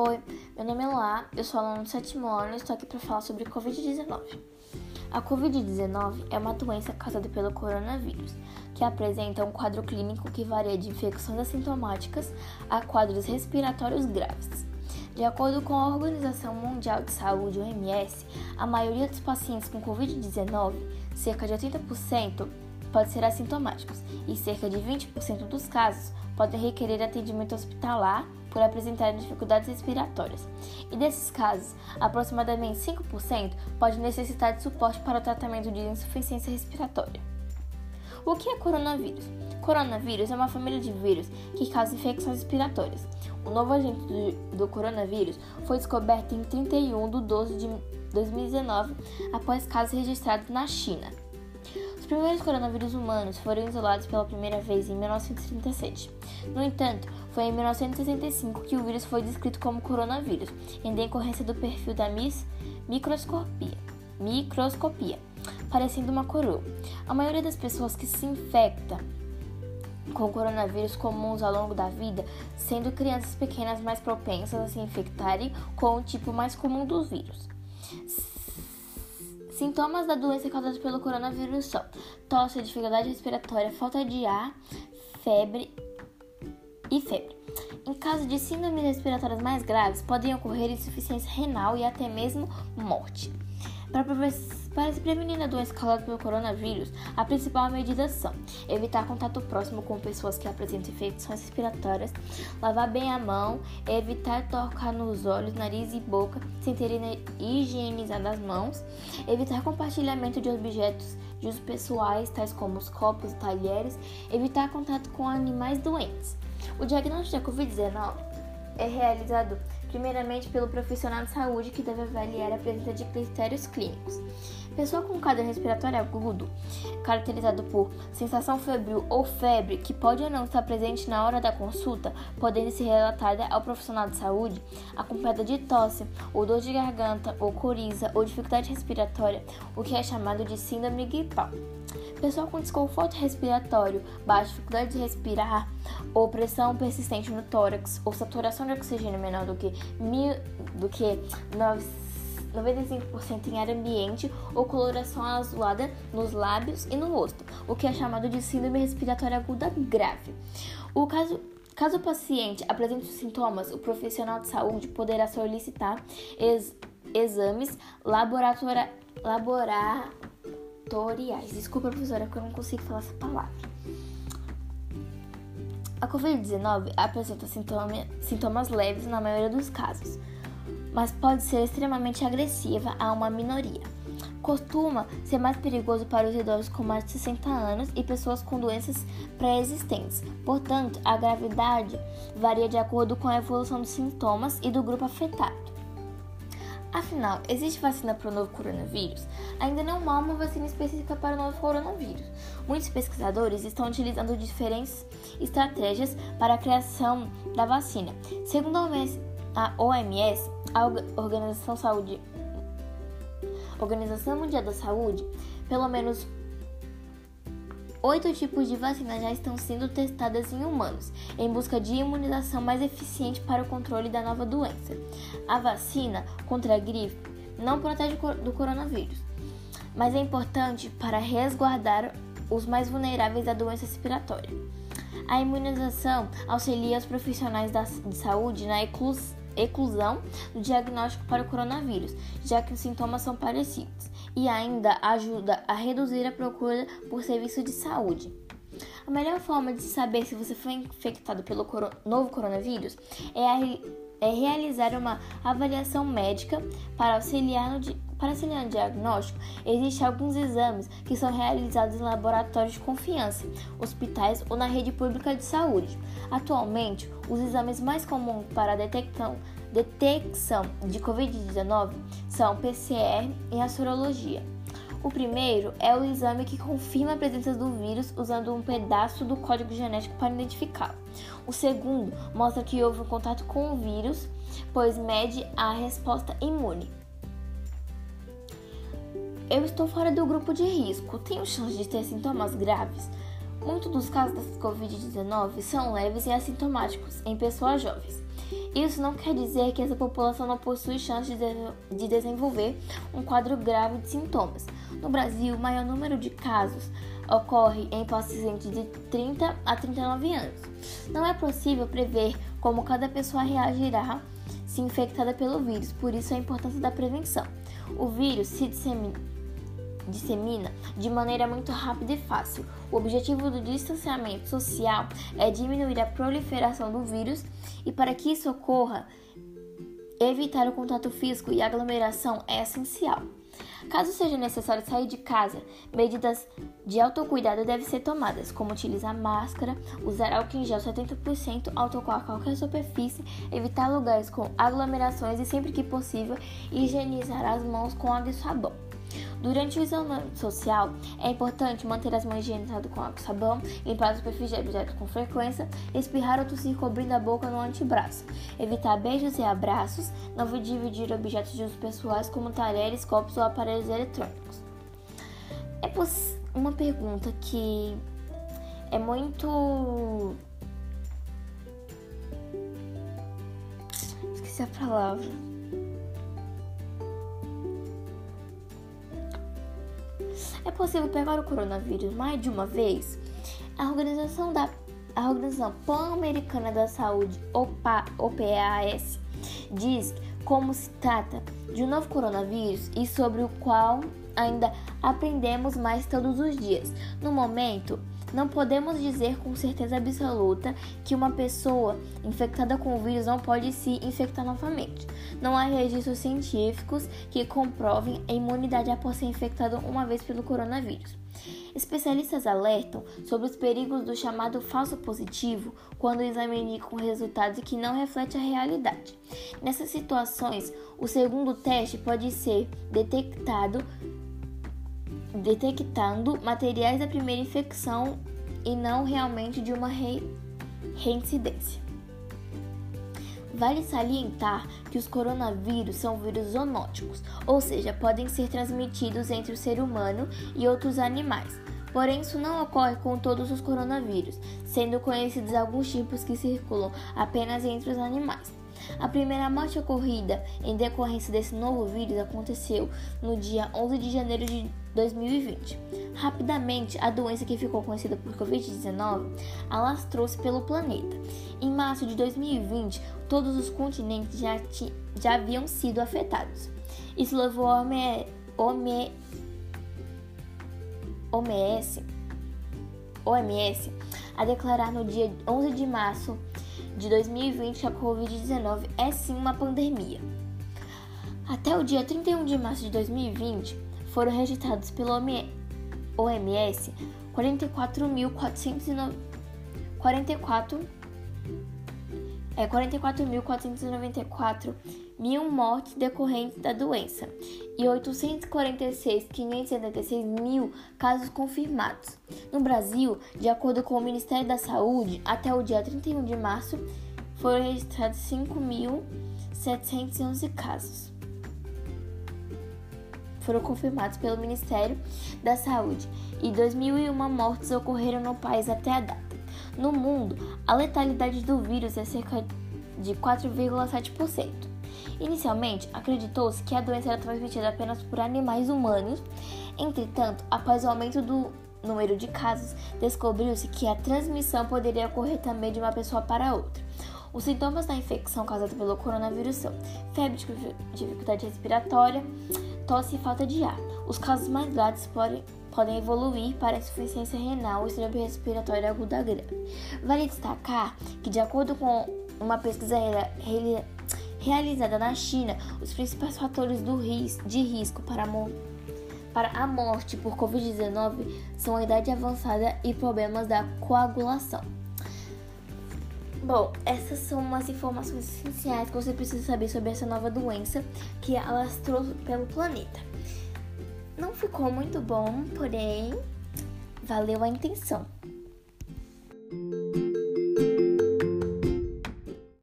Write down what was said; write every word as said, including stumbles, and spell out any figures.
Oi, meu nome é Lá, eu sou aluna do sétimo ano e estou aqui para falar sobre covid dezenove. A covid dezenove é uma doença causada pelo coronavírus, que apresenta um quadro clínico que varia de infecções assintomáticas a quadros respiratórios graves. De acordo com a Organização Mundial de Saúde, O M S, a maioria dos pacientes com covid dezenove, cerca de oitenta por cento, pode ser assintomáticos e cerca de vinte por cento dos casos podem requerer atendimento hospitalar por apresentarem dificuldades respiratórias. E desses casos, aproximadamente cinco por cento pode necessitar de suporte para o tratamento de insuficiência respiratória. O que é coronavírus? Coronavírus é uma família de vírus que causa infecções respiratórias. O novo agente do, do coronavírus foi descoberto em trinta e um de doze de dois mil e dezenove, após casos registrados na China. Os primeiros coronavírus humanos foram isolados pela primeira vez em mil novecentos e trinta e sete. No entanto, foi em mil novecentos e sessenta e cinco que o vírus foi descrito como coronavírus, em decorrência do perfil da mis- microscopia, microscopia, parecendo uma coroa. A maioria das pessoas que se infectam com coronavírus comuns ao longo da vida, sendo crianças pequenas mais propensas a se infectarem com o tipo mais comum dos vírus. Sintomas da doença causada pelo coronavírus são tosse, dificuldade respiratória, falta de ar, febre e febre. Em caso de síndromes respiratórias mais graves, podem ocorrer insuficiência renal e até mesmo morte. Para, para se prevenir da doença causada pelo coronavírus, a principal medida são evitar contato próximo com pessoas que apresentam infecções respiratórias, lavar bem a mão, evitar tocar nos olhos, nariz e boca sem terem higienizado as mãos, evitar compartilhamento de objetos de uso pessoais, tais como os copos e talheres, evitar contato com animais doentes. O diagnóstico da covid dezenove é realizado primeiramente pelo profissional de saúde, que deve avaliar a presença de critérios clínicos. Pessoa com quadro respiratório agudo, caracterizado por sensação febril ou febre, que pode ou não estar presente na hora da consulta, podendo ser relatada ao profissional de saúde, acompanhada de tosse, ou dor de garganta, ou coriza, ou dificuldade respiratória, o que é chamado de síndrome gripal. Pessoa com desconforto respiratório, baixa dificuldade de respirar, ou pressão persistente no tórax, ou saturação de oxigênio menor do que, mil, do que noventa e cinco por cento em ar ambiente, ou coloração azulada nos lábios e no rosto, o que é chamado de síndrome respiratória aguda grave. O caso Caso o paciente apresente os sintomas, o profissional de saúde poderá solicitar ex, exames laboratoriais. Desculpa, professora, que eu não consigo falar essa palavra. A covid dezenove apresenta sintoma, sintomas leves na maioria dos casos, mas pode ser extremamente agressiva a uma minoria. Costuma ser mais perigoso para os idosos com mais de sessenta anos e pessoas com doenças pré-existentes. Portanto, a gravidade varia de acordo com a evolução dos sintomas e do grupo afetado. Afinal, existe vacina para o novo coronavírus? Ainda não há uma vacina específica para o novo coronavírus. Muitos pesquisadores estão utilizando diferentes estratégias para a criação da vacina. Segundo a O M S, a Organização, Saúde, Organização Mundial da Saúde, pelo menos oito tipos de vacina já estão sendo testadas em humanos, em busca de imunização mais eficiente para o controle da nova doença. A vacina contra a gripe não protege do coronavírus, mas é importante para resguardar os mais vulneráveis à doença respiratória. A imunização auxilia os profissionais de saúde na eclusão do diagnóstico para o coronavírus, já que os sintomas são parecidos, e ainda ajuda a reduzir a procura por serviço de saúde. A melhor forma de saber se você foi infectado pelo coro- novo coronavírus é, a, é realizar uma avaliação médica para auxiliar no di- Para auxiliar no diagnóstico. Existem alguns exames que são realizados em laboratórios de confiança, hospitais ou na rede pública de saúde. Atualmente, os exames mais comuns para a detecção, detecção de covid dezenove são o P C R e a sorologia. O primeiro é o exame que confirma a presença do vírus usando um pedaço do código genético para identificá-lo. O segundo mostra que houve um contato com o vírus, pois mede a resposta imune. Eu estou fora do grupo de risco, tenho chance de ter sintomas graves. Muitos dos casos da covid dezenove são leves e assintomáticos em pessoas jovens. Isso não quer dizer que essa população não possui chance de, de, de desenvolver um quadro grave de sintomas. No Brasil, o maior número de casos ocorre em pacientes de trinta a trinta e nove anos. Não é possível prever como cada pessoa reagirá se infectada pelo vírus, por isso a importância da prevenção. O vírus se dissemina, dissemina de maneira muito rápida e fácil. O objetivo do distanciamento social é diminuir a proliferação do vírus e, para que isso ocorra, evitar o contato físico e aglomeração é essencial. Caso seja necessário sair de casa, medidas de autocuidado devem ser tomadas, como utilizar máscara, usar álcool em gel setenta por cento ao tocar qualquer superfície, evitar lugares com aglomerações e, sempre que possível, higienizar as mãos com água e sabão. Durante o isolamento social, é importante manter as mãos higienizadas com água e sabão, limpar a superfície de objetos com frequência, espirrar ou tossir cobrindo a boca no antebraço, evitar beijos e abraços, não dividir objetos de uso pessoais como talheres, copos ou aparelhos eletrônicos. É poss- uma pergunta que é muito... Esqueci a palavra. É possível pegar o coronavírus mais de uma vez? A Organização, da, a Organização Pan-Americana da Saúde, O P A S, diz que, como se trata de um novo coronavírus e sobre o qual ainda aprendemos mais todos os dias. No momento, não podemos dizer com certeza absoluta que uma pessoa infectada com o vírus não pode se infectar novamente. Não há registros científicos que comprovem a imunidade após ser infectado uma vez pelo coronavírus. Especialistas alertam sobre os perigos do chamado falso positivo quando o exame indica um resultado que não reflete a realidade. Nessas situações, o segundo teste pode ser detectado detectando materiais da primeira infecção e não realmente de uma re... reincidência. Vale salientar que os coronavírus são vírus zoonóticos, ou seja, podem ser transmitidos entre o ser humano e outros animais. Porém, isso não ocorre com todos os coronavírus, sendo conhecidos alguns tipos que circulam apenas entre os animais. A primeira morte ocorrida em decorrência desse novo vírus aconteceu no dia onze de janeiro de dois mil e vinte. Rapidamente, a doença, que ficou conhecida por covid dezenove, alastrou-se pelo planeta. Em março de dois mil e vinte, todos os continentes já, ti, já haviam sido afetados. Isso levou a O M S, O M S a declarar no dia onze de março de dois mil e vinte que a covid dezenove é sim uma pandemia. Até o dia trinta e um de março de dois mil e vinte, foram registrados pelo O M S quarenta e quatro mil quatrocentos e noventa e quatro mil mortes decorrentes da doença e oitocentos e quarenta e seis mil quinhentos e setenta e seis mil casos confirmados. No Brasil, de acordo com o Ministério da Saúde, até o dia trinta e um de março foram registrados cinco mil setecentos e onze casos. Foram confirmados pelo Ministério da Saúde e dois mil e uma mortes ocorreram no país até a data. No mundo, a letalidade do vírus é cerca de quatro vírgula sete por cento. Inicialmente, acreditou-se que a doença era transmitida apenas por animais humanos. Entretanto, após o aumento do número de casos, descobriu-se que a transmissão poderia ocorrer também de uma pessoa para outra. Os sintomas da infecção causada pelo coronavírus são febre, dificuldade respiratória, tosse e falta de ar. Os casos mais graves podem, podem evoluir para insuficiência renal e síndrome respiratória aguda grave. Vale destacar que, de acordo com uma pesquisa realizada realizada na China, os principais fatores do ris- de risco para a, mo- para a morte por covid dezenove são a idade avançada e problemas da coagulação. Bom, essas são umas informações essenciais que você precisa saber sobre essa nova doença que alastrou pelo planeta. Não ficou muito bom, porém, valeu a intenção.